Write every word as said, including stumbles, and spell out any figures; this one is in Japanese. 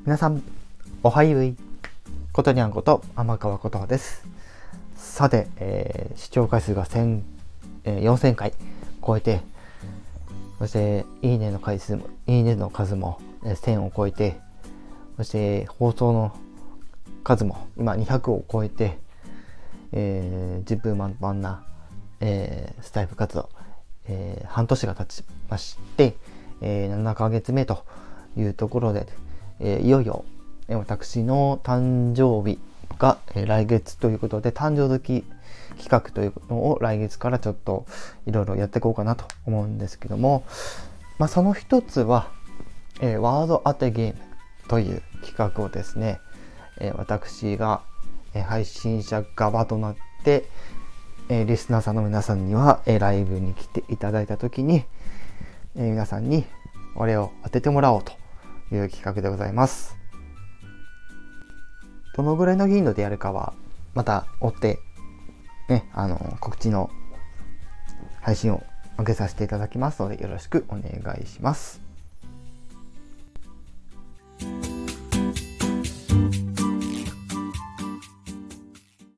皆さんおはゆい、ことにゃんこと天川琴葉です。さて、えー、視聴回数がせん、えー、よんせんかい超えて、そしていいねの回数もいいねの数もせんを超えて、そして放送の数も今にひゃくを超えて、えー、順風満帆な、えー、スタイフ活動、えー、半年が経ちまして、えー、ななかげつめというところで、えー、いよいよ、えー、私の誕生日が、えー、来月ということで、誕生月企画というのを来月からちょっといろいろやっていこうかなと思うんですけども、まあ、その一つは、えー、ワード当てゲームという企画をですね、えー、私が、えー、配信者側となって、えー、リスナーさんの皆さんには、えー、ライブに来ていただいたときに、えー、皆さんにこれを当ててもらおうという企画でございます。どのぐらいの頻度でやるかはまた追ってね、あの告知の配信を上げさせていただきますので、よろしくお願いします。